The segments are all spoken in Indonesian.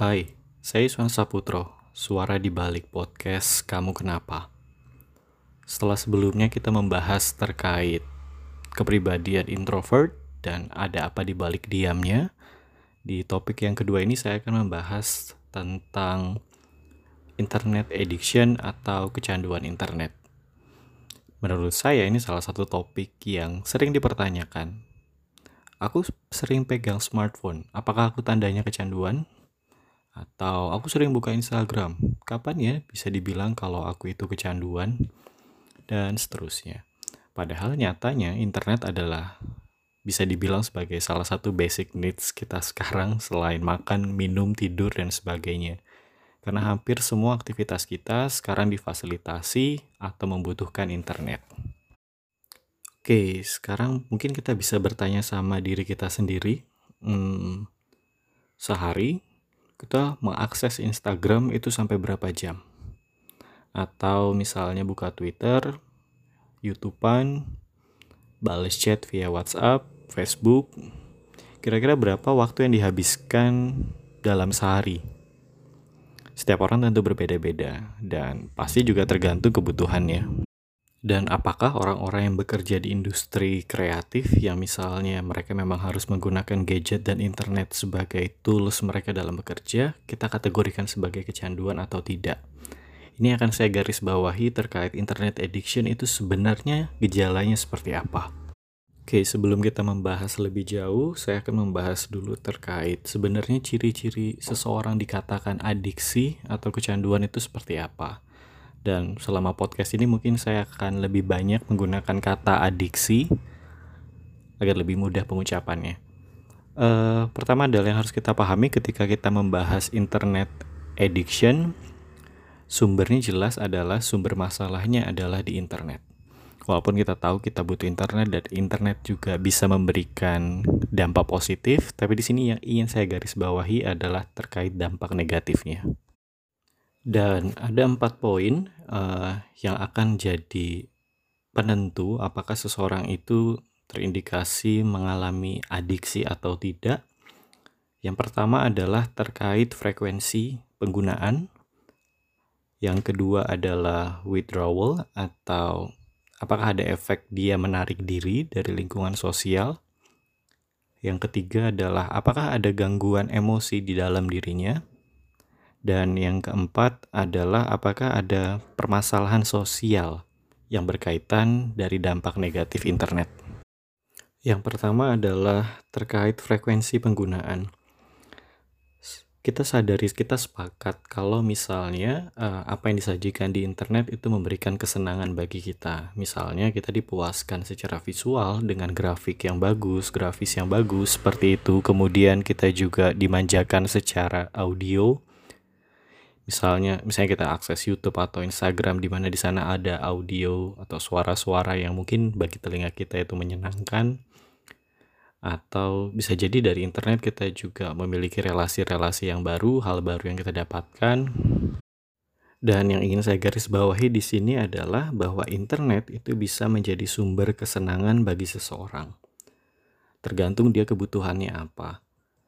Hai, saya Iswan Saputro, suara di balik podcast Kamu Kenapa. Setelah sebelumnya kita membahas terkait kepribadian introvert dan ada apa di balik diamnya, di topik yang kedua ini saya akan membahas tentang internet addiction atau kecanduan internet. Menurut saya ini salah satu topik yang sering dipertanyakan. Aku sering pegang smartphone, apakah aku tandanya kecanduan? Atau aku sering buka Instagram, kapan ya bisa dibilang kalau aku itu kecanduan? Dan seterusnya. Padahal nyatanya internet adalah bisa dibilang sebagai salah satu basic needs kita sekarang selain makan, minum, tidur, dan sebagainya. Karena hampir semua aktivitas kita sekarang difasilitasi atau membutuhkan internet. Oke, sekarang mungkin kita bisa bertanya sama diri kita sendiri. Sehari kita mengakses Instagram itu sampai berapa jam? Atau misalnya buka Twitter, YouTubean, balas chat via WhatsApp, Facebook. Kira-kira berapa waktu yang dihabiskan dalam sehari? Setiap orang tentu berbeda-beda dan pasti juga tergantung kebutuhannya. Dan apakah orang-orang yang bekerja di industri kreatif yang misalnya mereka memang harus menggunakan gadget dan internet sebagai tools mereka dalam bekerja, kita kategorikan sebagai kecanduan atau tidak? Ini akan saya garis bawahi terkait internet addiction itu sebenarnya gejalanya seperti apa. Oke, sebelum kita membahas lebih jauh, saya akan membahas dulu terkait sebenarnya ciri-ciri seseorang dikatakan adiksi atau kecanduan itu seperti apa. Dan selama podcast ini mungkin saya akan lebih banyak menggunakan kata adiksi agar lebih mudah pengucapannya. Pertama adalah yang harus kita pahami ketika kita membahas internet addiction, sumbernya jelas adalah sumber masalahnya adalah di internet. Walaupun kita tahu kita butuh internet dan internet juga bisa memberikan dampak positif, tapi di sini yang ingin saya garis bawahi adalah terkait dampak negatifnya. Dan ada 4 poin yang akan jadi penentu apakah seseorang itu terindikasi mengalami adiksi atau tidak. Yang pertama adalah terkait frekuensi penggunaan. Yang kedua adalah withdrawal atau apakah ada efek dia menarik diri dari lingkungan sosial. Yang ketiga adalah apakah ada gangguan emosi di dalam dirinya. Dan yang keempat adalah apakah ada permasalahan sosial yang berkaitan dari dampak negatif internet. Yang pertama adalah terkait frekuensi penggunaan. Kita sepakat kalau misalnya apa yang disajikan di internet itu memberikan kesenangan bagi kita. Misalnya kita dipuaskan secara visual dengan grafis yang bagus seperti itu. Kemudian kita juga dimanjakan secara audio. Misalnya kita akses YouTube atau Instagram di mana di sana ada audio atau suara-suara yang mungkin bagi telinga kita itu menyenangkan. Atau bisa jadi dari internet kita juga memiliki relasi-relasi yang baru, hal baru yang kita dapatkan. Dan yang ingin saya garis bawahi di sini adalah bahwa internet itu bisa menjadi sumber kesenangan bagi seseorang. Tergantung dia kebutuhannya apa.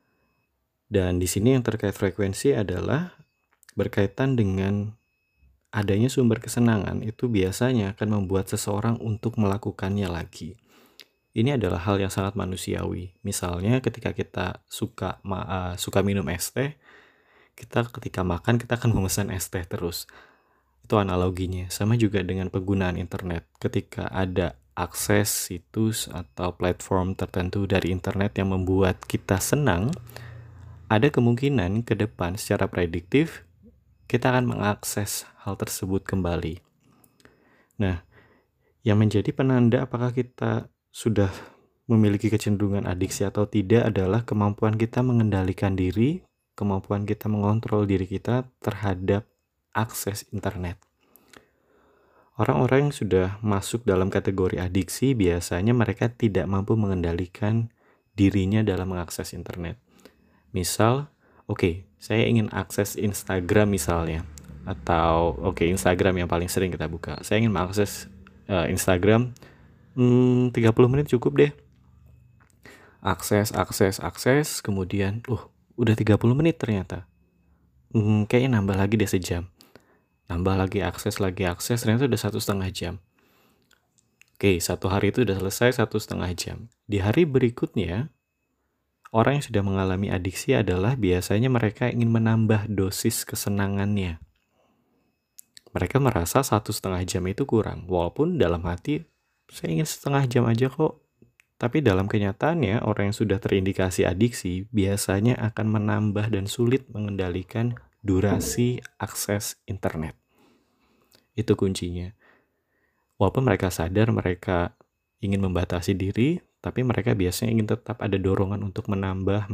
Dan di sini yang terkait frekuensi adalah berkaitan dengan adanya sumber kesenangan itu biasanya akan membuat seseorang untuk melakukannya lagi. Ini adalah hal yang sangat manusiawi. Misalnya ketika kita suka minum es teh, kita ketika makan kita akan memesan es teh terus. Itu analoginya. Sama juga dengan penggunaan internet. Ketika ada akses situs atau platform tertentu dari internet yang membuat kita senang, ada kemungkinan ke depan secara prediktif kita akan mengakses hal tersebut kembali. Nah, yang menjadi penanda apakah kita sudah memiliki kecenderungan adiksi atau tidak adalah kemampuan kita mengendalikan diri, kemampuan kita mengontrol diri kita terhadap akses internet. Orang-orang yang sudah masuk dalam kategori adiksi biasanya mereka tidak mampu mengendalikan dirinya dalam mengakses internet. Misal, saya ingin akses Instagram misalnya, atau Instagram yang paling sering kita buka. Saya ingin mengakses Instagram 30 menit cukup deh. Akses, kemudian udah 30 menit ternyata. kayaknya nambah lagi deh sejam. Nambah lagi akses, ternyata udah 1,5 jam. Oke, 1 hari itu udah selesai 1,5 jam. Di hari berikutnya, orang yang sudah mengalami adiksi adalah biasanya mereka ingin menambah dosis kesenangannya. Mereka merasa 1,5 jam itu kurang, walaupun dalam hati, saya ingin 1,5 jam aja kok. Tapi dalam kenyataannya, orang yang sudah terindikasi adiksi biasanya akan menambah dan sulit mengendalikan durasi akses internet. Itu kuncinya. Walaupun mereka sadar mereka ingin membatasi diri, tapi mereka biasanya ingin tetap ada dorongan untuk menambah.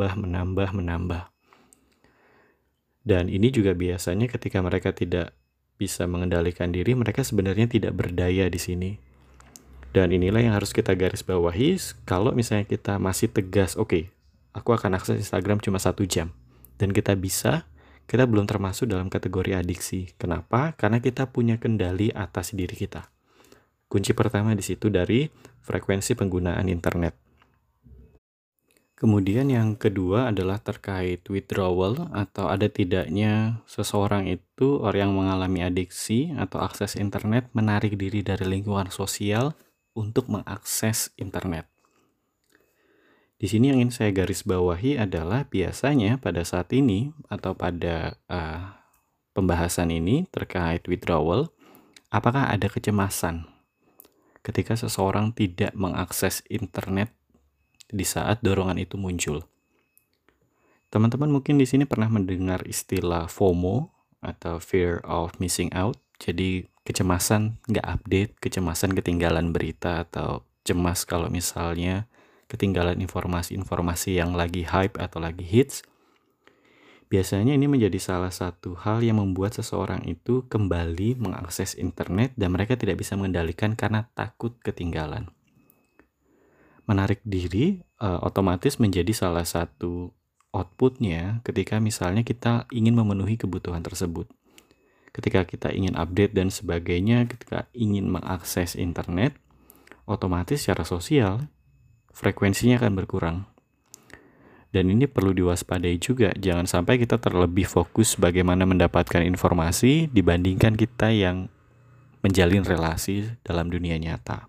Dan ini juga biasanya ketika mereka tidak bisa mengendalikan diri, mereka sebenarnya tidak berdaya di sini. Dan inilah yang harus kita garis bawahi. Kalau misalnya kita masih tegas, oke, aku akan akses Instagram cuma 1 jam. Dan kita bisa, kita belum termasuk dalam kategori adiksi. Kenapa? Karena kita punya kendali atas diri kita. Kunci pertama di situ dari frekuensi penggunaan internet. Kemudian yang kedua adalah terkait withdrawal atau ada tidaknya seseorang itu orang yang mengalami adiksi atau akses internet menarik diri dari lingkungan sosial untuk mengakses internet. Di sini yang ingin saya garis bawahi adalah biasanya pada saat ini atau pada pembahasan ini terkait withdrawal, apakah ada kecemasan ketika seseorang tidak mengakses internet di saat dorongan itu muncul? Teman-teman mungkin di sini pernah mendengar istilah FOMO atau fear of missing out. Jadi kecemasan nggak update, kecemasan ketinggalan berita, atau cemas kalau misalnya ketinggalan informasi-informasi yang lagi hype atau lagi hits. Biasanya ini menjadi salah satu hal yang membuat seseorang itu kembali mengakses internet dan mereka tidak bisa mengendalikan karena takut ketinggalan. Menarik diri otomatis menjadi salah satu outputnya ketika misalnya kita ingin memenuhi kebutuhan tersebut. Ketika kita ingin update dan sebagainya, ketika ingin mengakses internet, otomatis secara sosial frekuensinya akan berkurang. Dan ini perlu diwaspadai juga, jangan sampai kita terlebih fokus bagaimana mendapatkan informasi dibandingkan kita yang menjalin relasi dalam dunia nyata.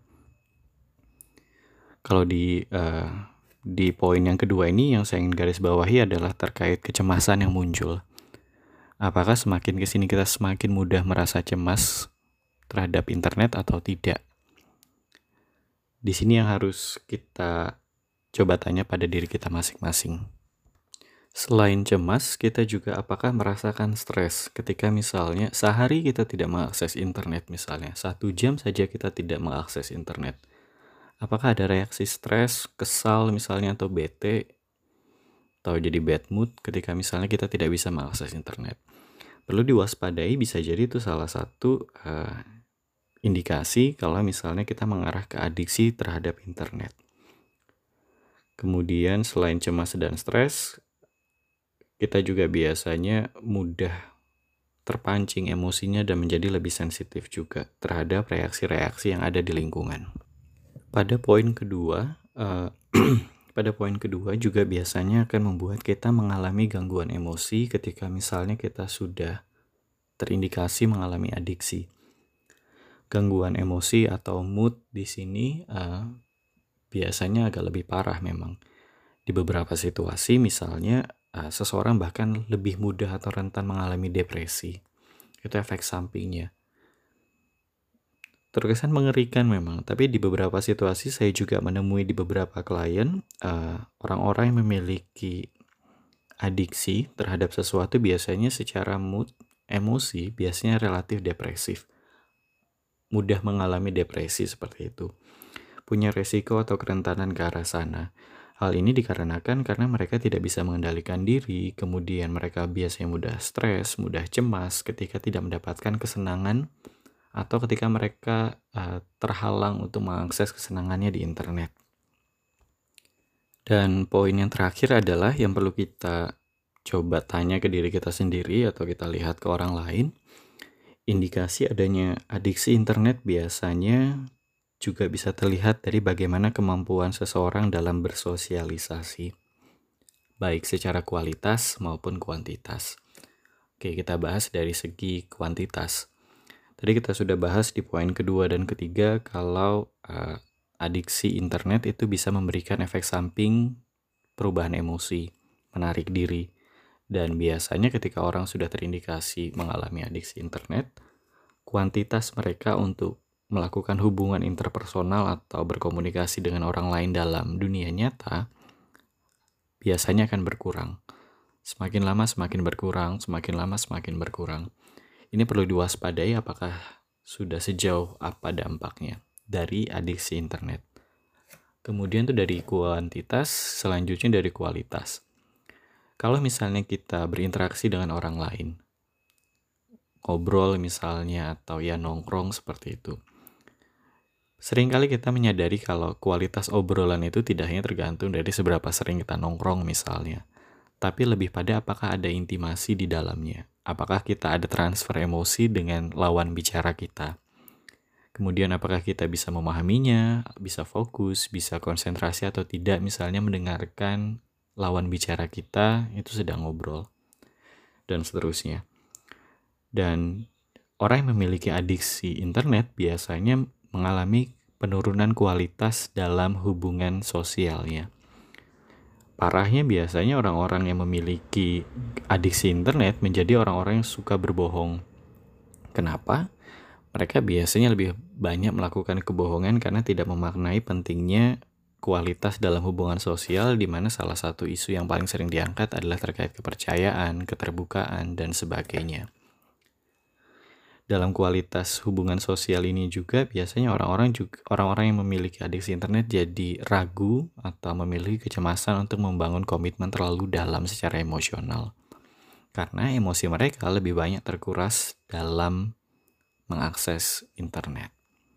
Kalau di poin yang kedua ini yang saya ingin garis bawahi adalah terkait kecemasan yang muncul. Apakah semakin kesini kita semakin mudah merasa cemas terhadap internet atau tidak? Di sini yang harus kita coba tanya pada diri kita masing-masing. Selain cemas, kita juga apakah merasakan stres ketika misalnya sehari kita tidak mengakses internet, misalnya 1 jam saja kita tidak mengakses internet. Apakah ada reaksi stres, kesal misalnya, atau bete, atau jadi bad mood ketika misalnya kita tidak bisa mengakses internet? Perlu diwaspadai, bisa jadi itu salah satu indikasi kalau misalnya kita mengarah ke adiksi terhadap internet. Kemudian selain cemas dan stres, kita juga biasanya mudah terpancing emosinya dan menjadi lebih sensitif juga terhadap reaksi-reaksi yang ada di lingkungan. Pada poin kedua juga biasanya akan membuat kita mengalami gangguan emosi ketika misalnya kita sudah terindikasi mengalami adiksi. Gangguan emosi atau mood di sini biasanya agak lebih parah memang. Di beberapa situasi misalnya seseorang bahkan lebih mudah atau rentan mengalami depresi. Itu efek sampingnya. Terkesan mengerikan memang, tapi di beberapa situasi saya juga menemui di beberapa klien orang-orang yang memiliki adiksi terhadap sesuatu biasanya secara mood, emosi biasanya relatif depresif. Mudah mengalami depresi seperti itu. Punya resiko atau kerentanan ke arah sana. Hal ini dikarenakan karena mereka tidak bisa mengendalikan diri, kemudian mereka biasanya mudah stres, mudah cemas ketika tidak mendapatkan kesenangan atau ketika mereka terhalang untuk mengakses kesenangannya di internet. Dan poin yang terakhir adalah yang perlu kita coba tanya ke diri kita sendiri atau kita lihat ke orang lain. Indikasi adanya adiksi internet biasanya juga bisa terlihat dari bagaimana kemampuan seseorang dalam bersosialisasi, baik secara kualitas maupun kuantitas. Oke, kita bahas dari segi kuantitas. Tadi kita sudah bahas di poin kedua dan ketiga kalau adiksi internet itu bisa memberikan efek samping perubahan emosi, menarik diri. Dan biasanya ketika orang sudah terindikasi mengalami adiksi internet, kuantitas mereka untuk melakukan hubungan interpersonal atau berkomunikasi dengan orang lain dalam dunia nyata biasanya akan berkurang. Semakin lama semakin berkurang, semakin lama semakin berkurang. Ini perlu diwaspadai apakah sudah sejauh apa dampaknya dari adiksi internet. Kemudian itu dari kuantitas, selanjutnya dari kualitas. Kalau misalnya kita berinteraksi dengan orang lain, ngobrol misalnya atau ya nongkrong seperti itu, seringkali kita menyadari kalau kualitas obrolan itu tidak hanya tergantung dari seberapa sering kita nongkrong misalnya, tapi lebih pada apakah ada intimasi di dalamnya. Apakah kita ada transfer emosi dengan lawan bicara kita. Kemudian apakah kita bisa memahaminya, bisa fokus, bisa konsentrasi atau tidak misalnya mendengarkan lawan bicara kita itu sedang ngobrol. Dan seterusnya. Dan orang yang memiliki adiksi internet biasanya mengalami penurunan kualitas dalam hubungan sosialnya. Parahnya biasanya orang-orang yang memiliki adiksi internet menjadi orang-orang yang suka berbohong. Kenapa? Mereka biasanya lebih banyak melakukan kebohongan karena tidak memaknai pentingnya kualitas dalam hubungan sosial, di mana salah satu isu yang paling sering diangkat adalah terkait kepercayaan, keterbukaan, dan sebagainya. Dalam kualitas hubungan sosial ini juga biasanya orang-orang yang memiliki adiksi internet jadi ragu atau memiliki kecemasan untuk membangun komitmen terlalu dalam secara emosional. Karena emosi mereka lebih banyak terkuras dalam mengakses internet.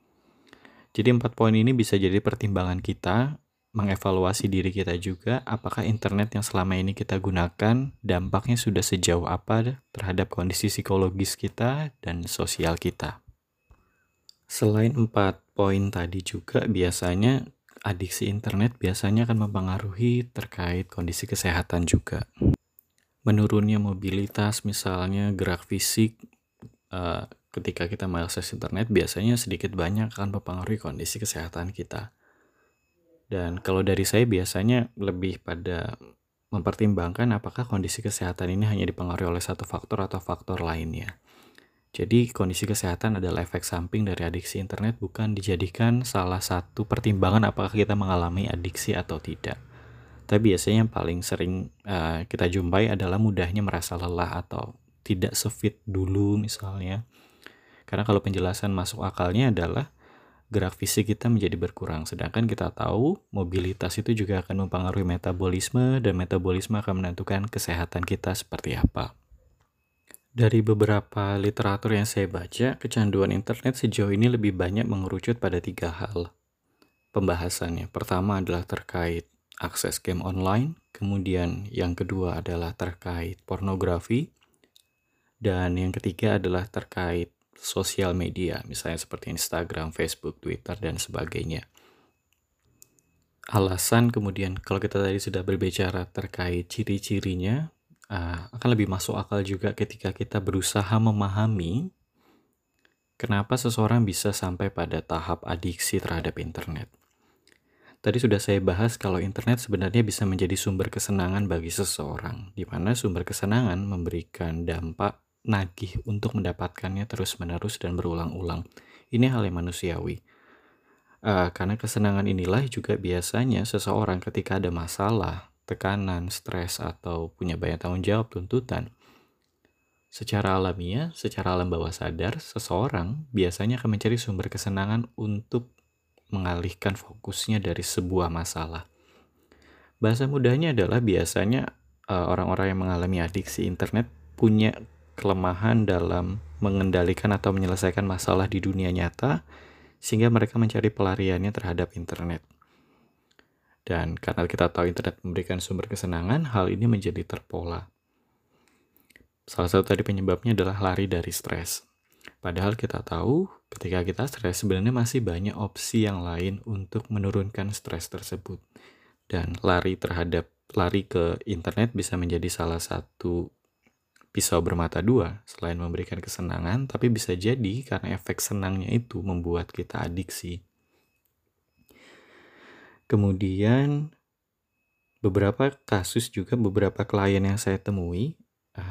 Jadi 4 poin ini bisa jadi pertimbangan kita, mengevaluasi diri kita juga, apakah internet yang selama ini kita gunakan, dampaknya sudah sejauh apa terhadap kondisi psikologis kita dan sosial kita. Selain 4 poin tadi juga biasanya adiksi internet biasanya akan mempengaruhi terkait kondisi kesehatan juga. Menurunnya mobilitas misalnya, gerak fisik, ketika kita mengakses internet biasanya sedikit banyak akan mempengaruhi kondisi kesehatan kita. Dan kalau dari saya biasanya lebih pada mempertimbangkan apakah kondisi kesehatan ini hanya dipengaruhi oleh satu faktor atau faktor lainnya. Jadi kondisi kesehatan adalah efek samping dari adiksi internet, bukan dijadikan salah satu pertimbangan apakah kita mengalami adiksi atau tidak. Tapi biasanya yang paling sering kita jumpai adalah mudahnya merasa lelah atau tidak sefit dulu misalnya. Karena kalau penjelasan masuk akalnya adalah gerak fisik kita menjadi berkurang, sedangkan kita tahu mobilitas itu juga akan mempengaruhi metabolisme, dan metabolisme akan menentukan kesehatan kita seperti apa. Dari beberapa literatur yang saya baca, kecanduan internet sejauh ini lebih banyak mengerucut pada 3 hal pembahasannya. Pertama adalah terkait akses game online, kemudian yang kedua adalah terkait pornografi, dan yang ketiga adalah terkait sosial media, misalnya seperti Instagram, Facebook, Twitter, dan sebagainya. Alasan kemudian kalau kita tadi sudah berbicara terkait ciri-cirinya, akan lebih masuk akal juga ketika kita berusaha memahami kenapa seseorang bisa sampai pada tahap adiksi terhadap internet. Tadi sudah saya bahas kalau internet sebenarnya bisa menjadi sumber kesenangan bagi seseorang, di mana sumber kesenangan memberikan dampak nagih untuk mendapatkannya terus-menerus dan berulang-ulang. Ini hal yang manusiawi. Karena kesenangan inilah juga biasanya seseorang ketika ada masalah, tekanan, stres, atau punya banyak tanggung jawab, tuntutan, secara alamiah, secara alam bawah sadar, seseorang biasanya akan mencari sumber kesenangan untuk mengalihkan fokusnya dari sebuah masalah. Bahasa mudahnya adalah biasanya orang-orang yang mengalami adiksi internet punya kelemahan dalam mengendalikan atau menyelesaikan masalah di dunia nyata, sehingga mereka mencari pelariannya terhadap internet. Dan karena kita tahu internet memberikan sumber kesenangan, hal ini menjadi terpola. Salah satu tadi penyebabnya adalah lari dari stres. Padahal kita tahu ketika kita stres sebenarnya masih banyak opsi yang lain untuk menurunkan stres tersebut. Dan lari ke internet bisa menjadi salah satu pisau bermata dua. Selain memberikan kesenangan, tapi bisa jadi karena efek senangnya itu membuat kita adiksi. Kemudian beberapa kasus juga, beberapa klien yang saya temui,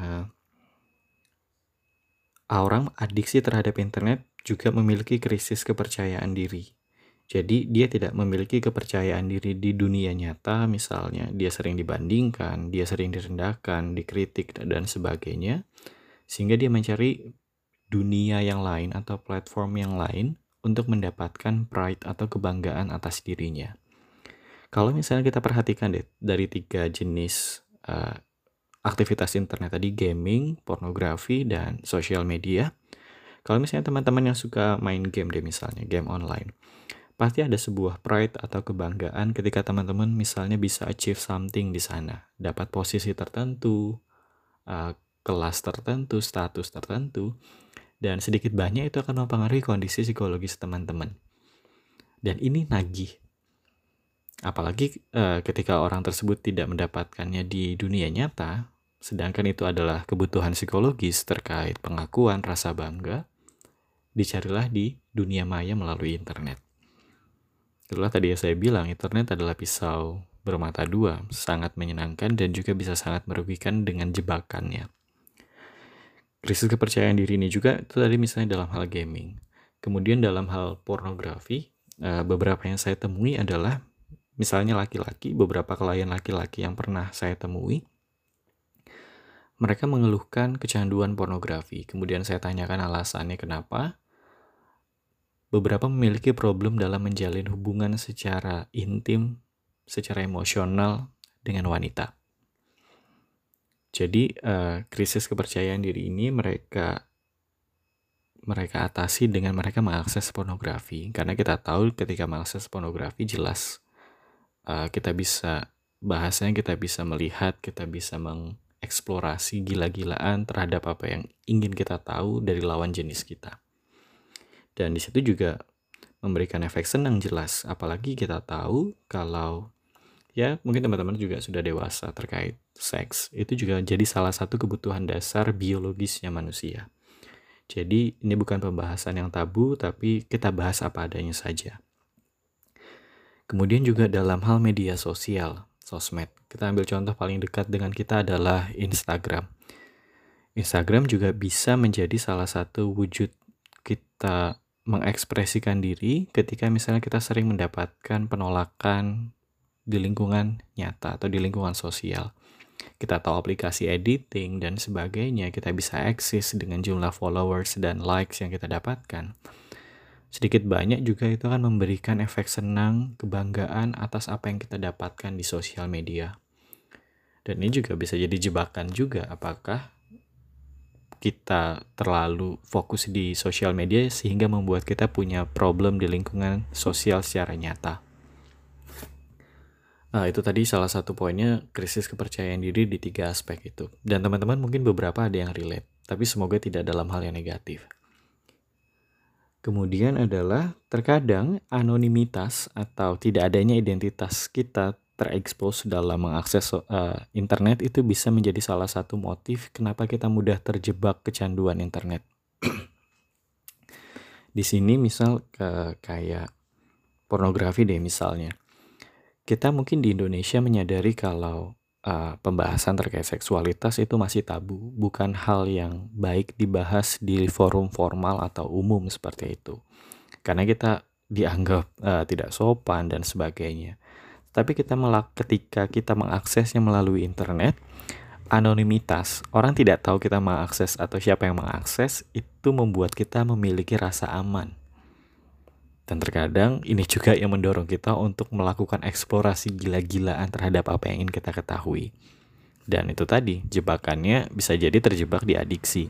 orang adiksi terhadap internet juga memiliki krisis kepercayaan diri. Jadi dia tidak memiliki kepercayaan diri di dunia nyata, misalnya dia sering dibandingkan, dia sering direndahkan, dikritik, dan sebagainya, sehingga dia mencari dunia yang lain atau platform yang lain untuk mendapatkan pride atau kebanggaan atas dirinya. Kalau misalnya kita perhatikan deh, dari 3 jenis aktivitas internet tadi, gaming, pornografi, dan sosial media. Kalau misalnya teman-teman yang suka main game deh, misalnya game online, pasti ada sebuah pride atau kebanggaan ketika teman-teman misalnya bisa achieve something di sana, dapat posisi tertentu, kelas tertentu, status tertentu, dan sedikit banyak itu akan mempengaruhi kondisi psikologis teman-teman. Dan ini nagih. Apalagi ketika orang tersebut tidak mendapatkannya di dunia nyata, sedangkan itu adalah kebutuhan psikologis terkait pengakuan, rasa bangga, dicarilah di dunia maya melalui internet. Itulah tadi yang saya bilang, internet adalah pisau bermata dua, sangat menyenangkan dan juga bisa sangat merugikan dengan jebakannya. Krisis kepercayaan diri ini juga itu tadi misalnya dalam hal gaming. Kemudian dalam hal pornografi, beberapa yang saya temui adalah misalnya laki-laki, beberapa klien laki-laki yang pernah saya temui, mereka mengeluhkan kecanduan pornografi. Kemudian saya tanyakan alasannya kenapa. Beberapa memiliki problem dalam menjalin hubungan secara intim, secara emosional dengan wanita. Jadi krisis kepercayaan diri ini mereka atasi dengan mereka mengakses pornografi. Karena kita tahu ketika mengakses pornografi jelas kita bisa, bahasanya kita bisa melihat, kita bisa mengeksplorasi gila-gilaan terhadap apa yang ingin kita tahu dari lawan jenis kita. Dan di situ juga memberikan efek senang jelas, apalagi kita tahu kalau ya mungkin teman-teman juga sudah dewasa terkait seks, itu juga jadi salah satu kebutuhan dasar biologisnya manusia. Jadi ini bukan pembahasan yang tabu, tapi kita bahas apa adanya saja. Kemudian juga dalam hal media sosial, sosmed. Kita ambil contoh paling dekat dengan kita adalah Instagram. Instagram juga bisa menjadi salah satu wujud kita mengekspresikan diri ketika misalnya kita sering mendapatkan penolakan di lingkungan nyata atau di lingkungan sosial. Kita tahu aplikasi editing dan sebagainya, kita bisa eksis dengan jumlah followers dan likes yang kita dapatkan. Sedikit banyak juga itu akan memberikan efek senang, kebanggaan atas apa yang kita dapatkan di sosial media. Dan ini juga bisa jadi jebakan juga, apakah kita terlalu fokus di sosial media sehingga membuat kita punya problem di lingkungan sosial secara nyata. Itu tadi salah satu poinnya, krisis kepercayaan diri di 3 aspek itu. Dan teman-teman mungkin beberapa ada yang relate, tapi semoga tidak dalam hal yang negatif. Kemudian adalah terkadang anonimitas atau tidak adanya identitas kita terekspos dalam mengakses internet itu bisa menjadi salah satu motif kenapa kita mudah terjebak kecanduan internet. Di sini misal kayak pornografi deh misalnya. Kita mungkin di Indonesia menyadari kalau pembahasan terkait seksualitas itu masih tabu, bukan hal yang baik dibahas di forum formal atau umum seperti itu. Karena kita dianggap tidak sopan dan sebagainya. Tapi ketika kita mengaksesnya melalui internet, anonimitas, orang tidak tahu kita mengakses atau siapa yang mengakses, itu membuat kita memiliki rasa aman. Dan terkadang ini juga yang mendorong kita untuk melakukan eksplorasi gila-gilaan terhadap apa yang ingin kita ketahui. Dan itu tadi, jebakannya bisa jadi terjebak di adiksi.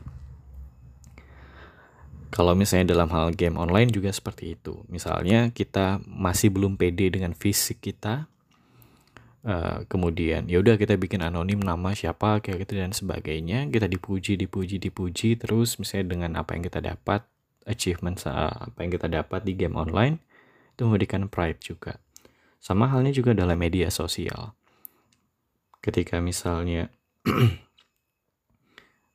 Kalau misalnya dalam hal game online juga seperti itu. Misalnya kita masih belum pede dengan fisik kita, kemudian ya udah kita bikin anonim nama siapa kayak gitu dan sebagainya, kita dipuji terus misalnya dengan apa yang kita dapat, achievement apa yang kita dapat di game online itu memberikan pride juga. Sama halnya juga dalam media sosial. Ketika misalnya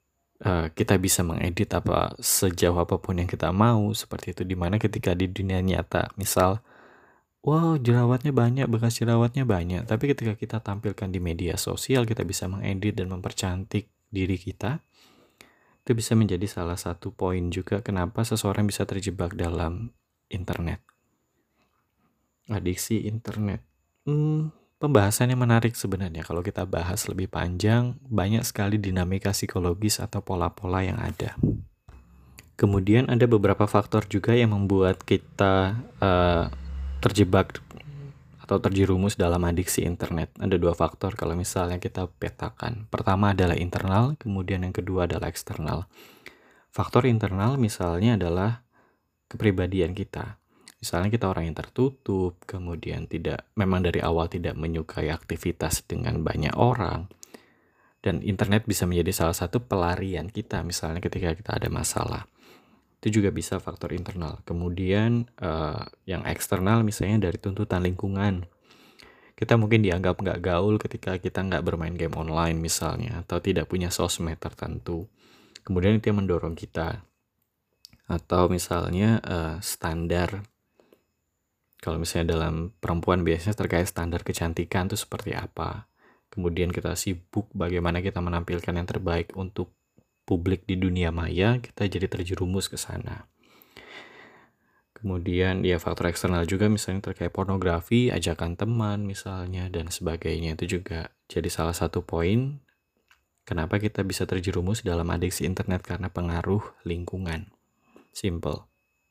kita bisa mengedit sejauh apapun yang kita mau, seperti itu. Dimana ketika di dunia nyata, misal, wow, jerawatnya banyak, bekas jerawatnya banyak, tapi ketika kita tampilkan di media sosial, kita bisa mengedit dan mempercantik diri kita. Itu bisa menjadi salah satu poin juga kenapa seseorang bisa terjebak dalam internet. Adiksi internet. Pembahasannya menarik sebenarnya. Kalau kita bahas lebih panjang, banyak sekali dinamika psikologis atau pola-pola yang ada. Kemudian ada beberapa faktor juga yang membuat kita terjebak atau terjerumus dalam adiksi internet. Ada 2 faktor kalau misalnya kita petakan. Pertama adalah internal, kemudian yang kedua adalah eksternal. Faktor internal misalnya adalah kepribadian kita. Misalnya kita orang yang tertutup, kemudian memang dari awal tidak menyukai aktivitas dengan banyak orang, dan internet bisa menjadi salah satu pelarian kita, misalnya ketika kita ada masalah. Itu juga bisa faktor internal. Kemudian yang eksternal misalnya dari tuntutan lingkungan. Kita mungkin dianggap nggak gaul ketika kita nggak bermain game online misalnya, atau tidak punya sosmed tertentu. Kemudian itu yang mendorong kita. Atau misalnya standar. Kalau misalnya dalam perempuan biasanya terkait standar kecantikan itu seperti apa. Kemudian kita sibuk bagaimana kita menampilkan yang terbaik untuk publik di dunia maya, kita jadi terjerumus ke sana. Kemudian ya faktor eksternal juga misalnya terkait pornografi, ajakan teman misalnya, dan sebagainya. Itu juga jadi salah satu poin kenapa kita bisa terjerumus dalam adiksi internet, karena pengaruh lingkungan. Simple.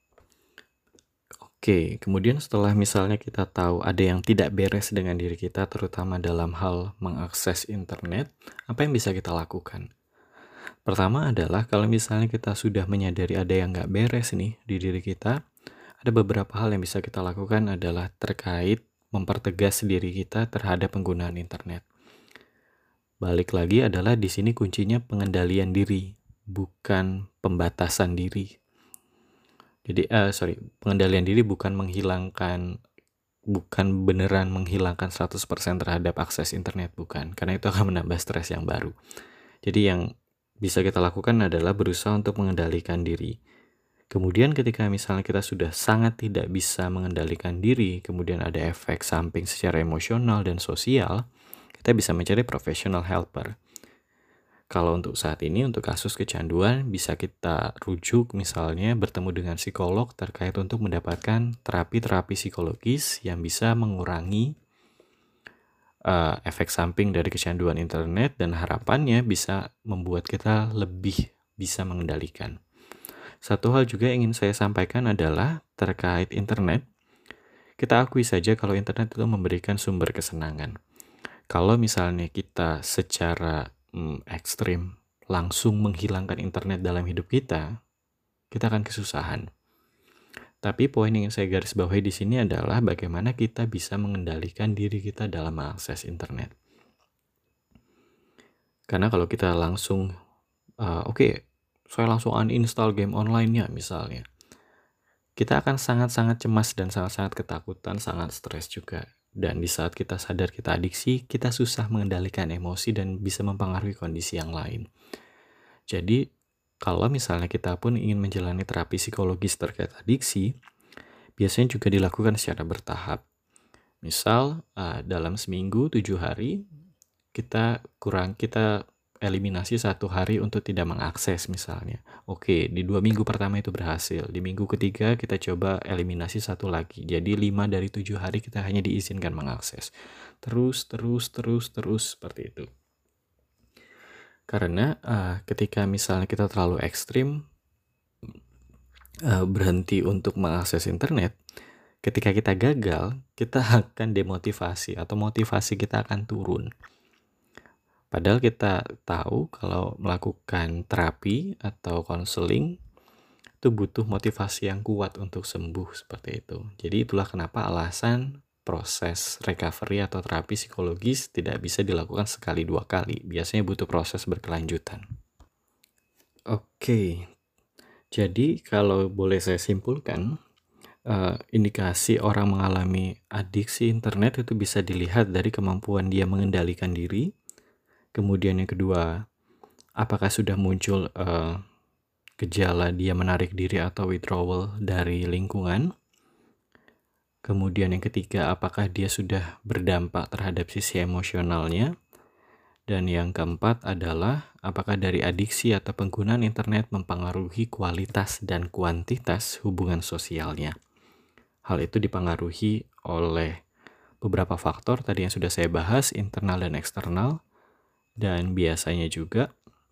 Oke, kemudian setelah misalnya kita tahu ada yang tidak beres dengan diri kita, terutama dalam hal mengakses internet, apa yang bisa kita lakukan? Pertama adalah kalau misalnya kita sudah menyadari ada yang nggak beres nih di diri kita, ada beberapa hal yang bisa kita lakukan adalah terkait mempertegas diri kita terhadap penggunaan internet. Balik lagi adalah di sini kuncinya pengendalian diri, bukan pembatasan diri. Jadi, pengendalian diri bukan beneran menghilangkan 100% terhadap akses internet, bukan. Karena itu akan menambah stres yang baru. Jadi yang bisa kita lakukan adalah berusaha untuk mengendalikan diri. Kemudian ketika misalnya kita sudah sangat tidak bisa mengendalikan diri, kemudian ada efek samping secara emosional dan sosial, kita bisa mencari professional helper. Kalau untuk saat ini, untuk kasus kecanduan, bisa kita rujuk misalnya bertemu dengan psikolog terkait untuk mendapatkan terapi-terapi psikologis yang bisa mengurangi efek samping dari kecanduan internet, dan harapannya bisa membuat kita lebih bisa mengendalikan. Satu hal juga yang ingin saya sampaikan adalah terkait internet. Kita akui saja kalau internet itu memberikan sumber kesenangan. Kalau misalnya kita secara ekstrim langsung menghilangkan internet dalam hidup kita akan kesusahan. Tapi poin yang saya garis bawahi di sini adalah bagaimana kita bisa mengendalikan diri kita dalam mengakses internet. Karena kalau kita langsung, saya langsung uninstall game online-nya misalnya, kita akan sangat-sangat cemas dan sangat-sangat ketakutan, sangat stres juga. Dan di saat kita sadar kita adiksi, kita susah mengendalikan emosi dan bisa mempengaruhi kondisi yang lain. Jadi, kalau misalnya kita pun ingin menjalani terapi psikologis terkait adiksi, biasanya juga dilakukan secara bertahap. Misal, dalam seminggu 7 hari, kita eliminasi 1 hari untuk tidak mengakses misalnya. Oke, di 2 minggu pertama itu berhasil. Di minggu ketiga kita coba eliminasi 1 lagi. Jadi 5 dari 7 hari kita hanya diizinkan mengakses. Terus seperti itu. Karena ketika misalnya kita terlalu ekstrim berhenti untuk mengakses internet, ketika kita gagal, kita akan demotivasi atau motivasi kita akan turun. Padahal kita tahu kalau melakukan terapi atau konseling itu butuh motivasi yang kuat untuk sembuh seperti itu. Jadi itulah kenapa alasan proses recovery atau terapi psikologis tidak bisa dilakukan sekali 2 kali. Biasanya butuh proses berkelanjutan. Oke, jadi kalau boleh saya simpulkan, indikasi orang mengalami adiksi internet itu bisa dilihat dari kemampuan dia mengendalikan diri. Kemudian yang kedua, apakah sudah muncul gejala dia menarik diri atau withdrawal dari lingkungan. Kemudian yang ketiga, apakah dia sudah berdampak terhadap sisi emosionalnya. Dan yang keempat adalah apakah dari adiksi atau penggunaan internet mempengaruhi kualitas dan kuantitas hubungan sosialnya. Hal itu dipengaruhi oleh beberapa faktor tadi yang sudah saya bahas, internal dan eksternal. Dan biasanya juga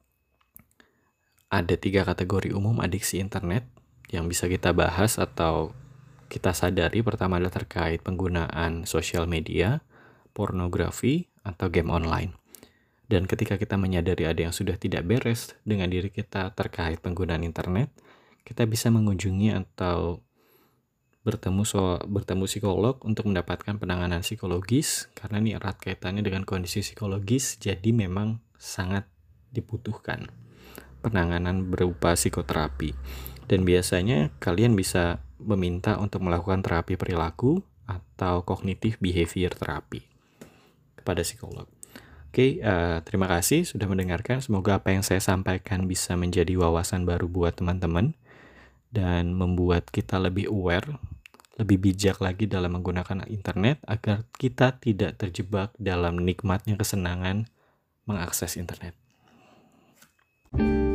ada 3 kategori umum adiksi internet yang bisa kita bahas atau kita sadari. Pertama adalah terkait penggunaan sosial media, pornografi, atau game online. Dan ketika kita menyadari ada yang sudah tidak beres dengan diri kita terkait penggunaan internet, kita bisa mengunjungi atau bertemu psikolog untuk mendapatkan penanganan psikologis, karena ini erat kaitannya dengan kondisi psikologis, jadi memang sangat dibutuhkan penanganan berupa psikoterapi. Dan biasanya kalian bisa meminta untuk melakukan terapi perilaku atau cognitive behavior therapy kepada psikolog. Oke, terima kasih sudah mendengarkan. Semoga apa yang saya sampaikan bisa menjadi wawasan baru buat teman-teman dan membuat kita lebih aware, lebih bijak lagi dalam menggunakan internet agar kita tidak terjebak dalam nikmatnya kesenangan mengakses internet.